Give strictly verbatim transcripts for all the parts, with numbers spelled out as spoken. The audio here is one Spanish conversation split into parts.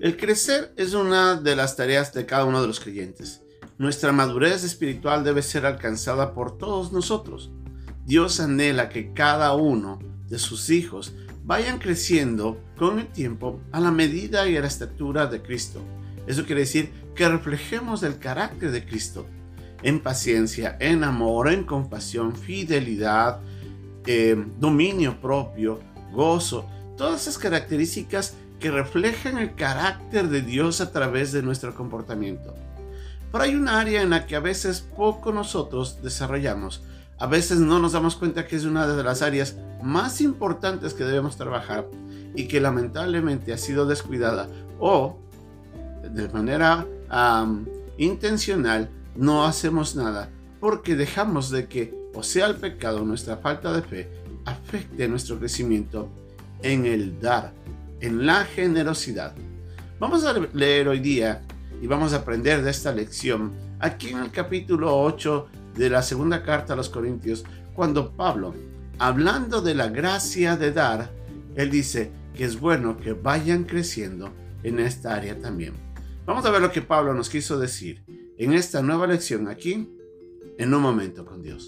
El crecer es una de las tareas de cada uno de los creyentes. Nuestra madurez espiritual debe ser alcanzada por todos nosotros. Dios anhela que cada uno de sus hijos vayan creciendo con el tiempo a la medida y a la estatura de Cristo. Eso quiere decir que reflejemos el carácter de Cristo en paciencia, en amor, en compasión, fidelidad, eh, dominio propio, gozo, todas esas características que reflejan el carácter de Dios a través de nuestro comportamiento. Pero hay un área en la que a veces poco nosotros desarrollamos. A veces no nos damos cuenta que es una de las áreas más importantes que debemos trabajar y que lamentablemente ha sido descuidada o de manera um, intencional no hacemos nada porque dejamos de que o sea el pecado o nuestra falta de fe afecte nuestro crecimiento en el dar, en la generosidad. Vamos a leer hoy día y vamos a aprender de esta lección aquí en el capítulo ocho de la segunda carta a los Corintios, cuando Pablo, hablando de la gracia de dar, él dice que es bueno que vayan creciendo en esta área también. Vamos a ver lo que Pablo nos quiso decir en esta nueva lección aquí, en Un Momento con Dios.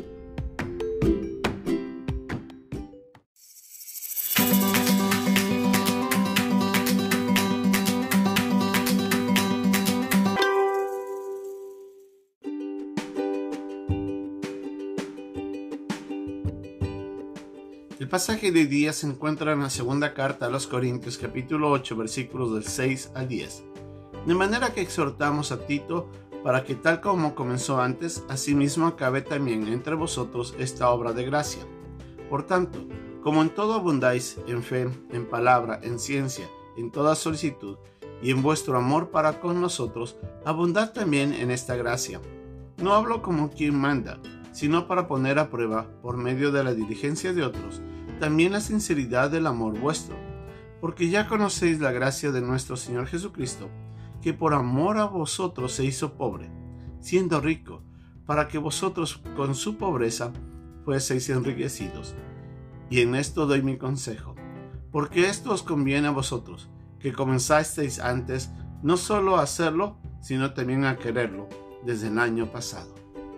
El pasaje de hoy día se encuentra en la segunda carta a los Corintios, capítulo ocho, versículos del seis al diez. De manera que exhortamos a Tito para que tal como comenzó antes, asimismo acabe también entre vosotros esta obra de gracia. Por tanto, como en todo abundáis en fe, en palabra, en ciencia, en toda solicitud, y en vuestro amor para con nosotros, abundad también en esta gracia. No hablo como quien manda, sino para poner a prueba, por medio de la diligencia de otros, también la sinceridad del amor vuestro. Porque ya conocéis la gracia de nuestro Señor Jesucristo, que por amor a vosotros se hizo pobre, siendo rico, para que vosotros con su pobreza fueseis enriquecidos. Y en esto doy mi consejo, porque esto os conviene a vosotros, que comenzasteis antes no solo a hacerlo, sino también a quererlo, desde el año pasado.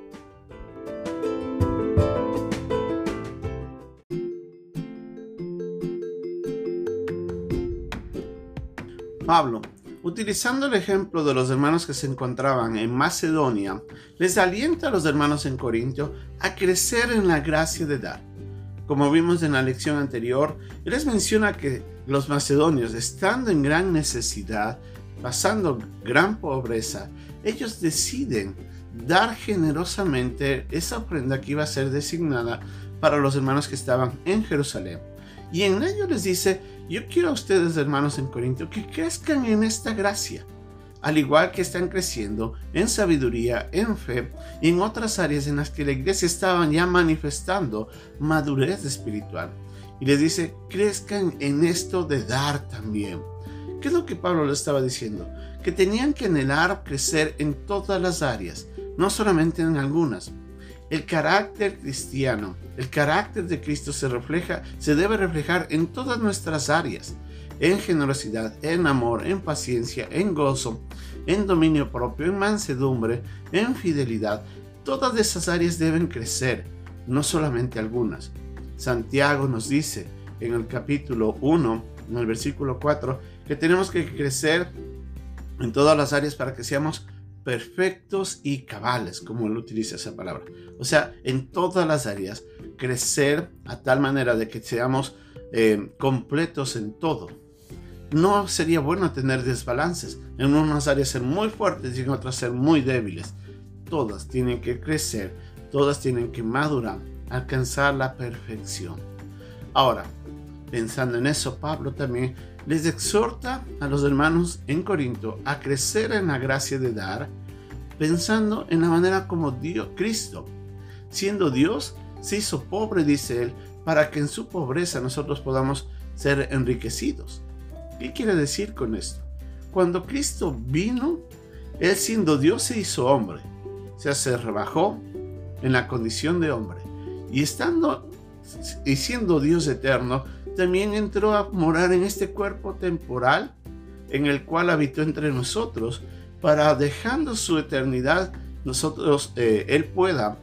Pablo, utilizando el ejemplo de los hermanos que se encontraban en Macedonia, les alienta a los hermanos en Corinto a crecer en la gracia de dar. Como vimos en la lección anterior, él les menciona que los macedonios, estando en gran necesidad, pasando gran pobreza, ellos deciden dar generosamente esa ofrenda que iba a ser designada para los hermanos que estaban en Jerusalén. Y en ello les dice: yo quiero a ustedes, hermanos en Corinto, que crezcan en esta gracia, al igual que están creciendo en sabiduría, en fe y en otras áreas en las que la iglesia estaba ya manifestando madurez espiritual. Y les dice: crezcan en esto de dar también. ¿Qué es lo que Pablo le estaba diciendo? Que tenían que anhelar crecer en todas las áreas, no solamente en algunas. El carácter cristiano, el carácter de Cristo se refleja, se debe reflejar en todas nuestras áreas, en generosidad, en amor, en paciencia, en gozo, en dominio propio, en mansedumbre, en fidelidad. Todas esas áreas deben crecer, no solamente algunas. Santiago nos dice en el capítulo uno, en el versículo cuatro, que tenemos que crecer en todas las áreas para que seamos perfectos y cabales, como él utiliza esa palabra. O sea, en todas las áreas, crecer a tal manera de que seamos eh, completos en todo. No sería bueno tener desbalances. En unas áreas ser muy fuertes y en otras ser muy débiles. Todas tienen que crecer, todas tienen que madurar, alcanzar la perfección. Ahora, pensando en eso, Pablo también les exhorta a los hermanos en Corinto a crecer en la gracia de dar, pensando en la manera como Dios, Cristo, siendo Dios, se hizo pobre, dice él, para que en su pobreza nosotros podamos ser enriquecidos. ¿Qué quiere decir con esto? Cuando Cristo vino, él siendo Dios se hizo hombre, o sea, se rebajó en la condición de hombre, y estando y siendo Dios eterno, también entró a morar en este cuerpo temporal en el cual habitó entre nosotros, para dejando su eternidad, nosotros, eh, Él pueda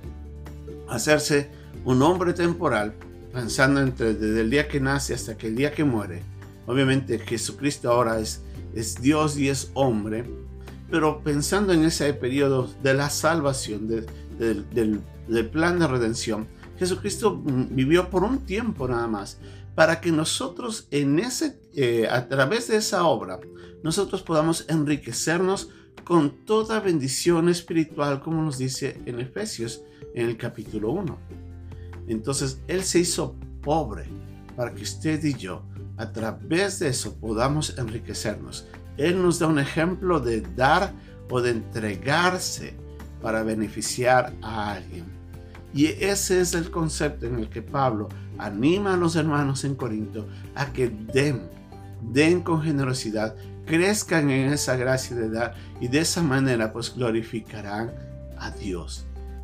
hacerse un hombre temporal, pensando entre desde el día que nace hasta que el día que muere. Obviamente Jesucristo ahora es, es Dios y es hombre, pero pensando en ese periodo de la salvación, de, de, del, del plan de redención, Jesucristo vivió por un tiempo nada más, para que nosotros en ese, eh, a través de esa obra, nosotros podamos enriquecernos con toda bendición espiritual, como nos dice en Efesios, en el capítulo uno. Entonces, Él se hizo pobre para que usted y yo, a través de eso, podamos enriquecernos. Él nos da un ejemplo de dar o de entregarse para beneficiar a alguien. Y ese es el concepto en el que Pablo anima a los hermanos en Corinto a que den, den con generosidad, crezcan en esa gracia de dar, y de esa manera pues glorificarán a Dios.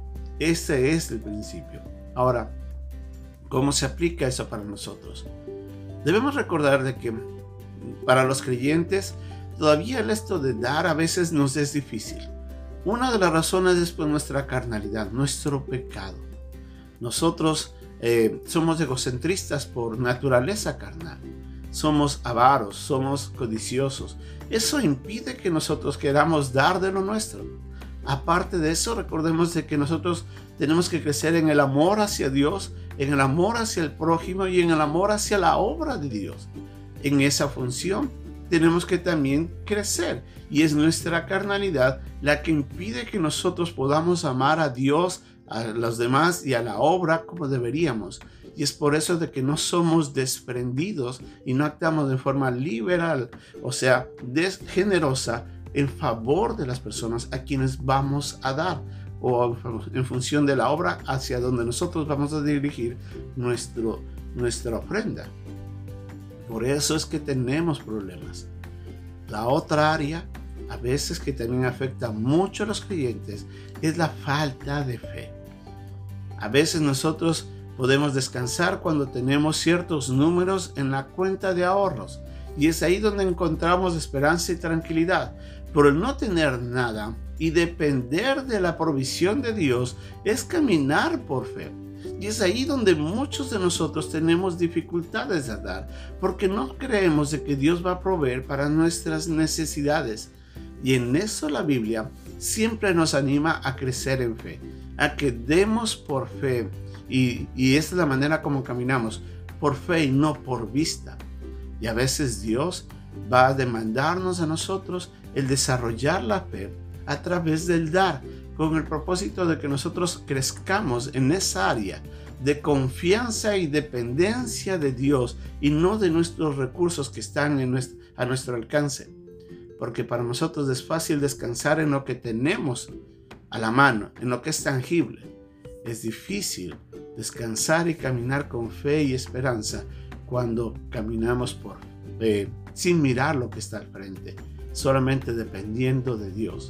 Ese es el principio. Ahora, ¿cómo se aplica eso para nosotros? Debemos recordar de que para los creyentes todavía el esto de dar a veces nos es difícil. Una de las razones es pues nuestra carnalidad, nuestro pecado. Nosotros eh, somos egocentristas por naturaleza carnal. Somos avaros, somos codiciosos. Eso impide que nosotros queramos dar de lo nuestro. Aparte de eso, recordemos de que nosotros tenemos que crecer en el amor hacia Dios, en el amor hacia el prójimo y en el amor hacia la obra de Dios. En esa función tenemos que también crecer, y es nuestra carnalidad la que impide que nosotros podamos amar a Dios, a los demás y a la obra como deberíamos. Y es por eso de que no somos desprendidos y no actuamos de forma liberal, o sea, generosa, en favor de las personas a quienes vamos a dar, o en función de la obra hacia donde nosotros vamos a dirigir nuestro, nuestra ofrenda. Por eso es que tenemos problemas. La otra área, a veces que también afecta mucho a los creyentes, es la falta de fe. A veces nosotros podemos descansar cuando tenemos ciertos números en la cuenta de ahorros, y es ahí donde encontramos esperanza y tranquilidad. Pero el no tener nada y depender de la provisión de Dios es caminar por fe. Y es ahí donde muchos de nosotros tenemos dificultades a dar, porque no creemos de que Dios va a proveer para nuestras necesidades. Y en eso la Biblia siempre nos anima a crecer en fe, a que demos por fe. Y, y esta es la manera como caminamos, por fe y no por vista. Y a veces Dios va a demandarnos a nosotros el desarrollar la fe a través del dar, con el propósito de que nosotros crezcamos en esa área de confianza y dependencia de Dios, y no de nuestros recursos que están en nuestro, a nuestro alcance. Porque para nosotros es fácil descansar en lo que tenemos a la mano, en lo que es tangible. Es difícil descansar y caminar con fe y esperanza cuando caminamos por fe, sin mirar lo que está al frente, solamente dependiendo de Dios.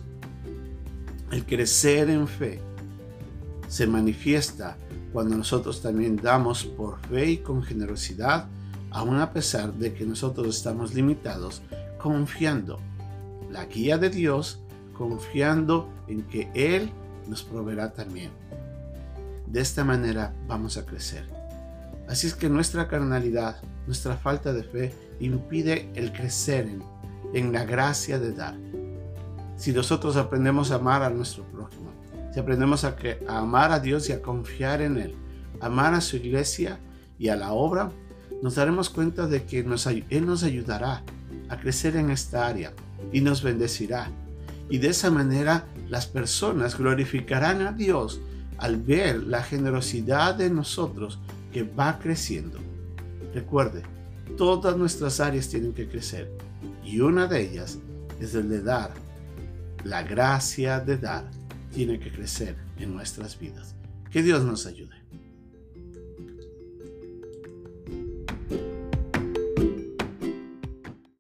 El crecer en fe se manifiesta cuando nosotros también damos por fe y con generosidad, aun a pesar de que nosotros estamos limitados, confiando la guía de Dios, confiando en que Él nos proveerá también. De esta manera vamos a crecer. Así es que nuestra carnalidad, nuestra falta de fe, impide el crecer en, en la gracia de dar. Si nosotros aprendemos a amar a nuestro prójimo, si aprendemos a, que, a amar a Dios y a confiar en Él, amar a su iglesia y a la obra, nos daremos cuenta de que nos, Él nos ayudará a crecer en esta área y nos bendecirá. Y de esa manera las personas glorificarán a Dios al ver la generosidad de nosotros que va creciendo. Recuerde, todas nuestras áreas tienen que crecer, y una de ellas es el de dar. La gracia de dar tiene que crecer en nuestras vidas. Que Dios nos ayude.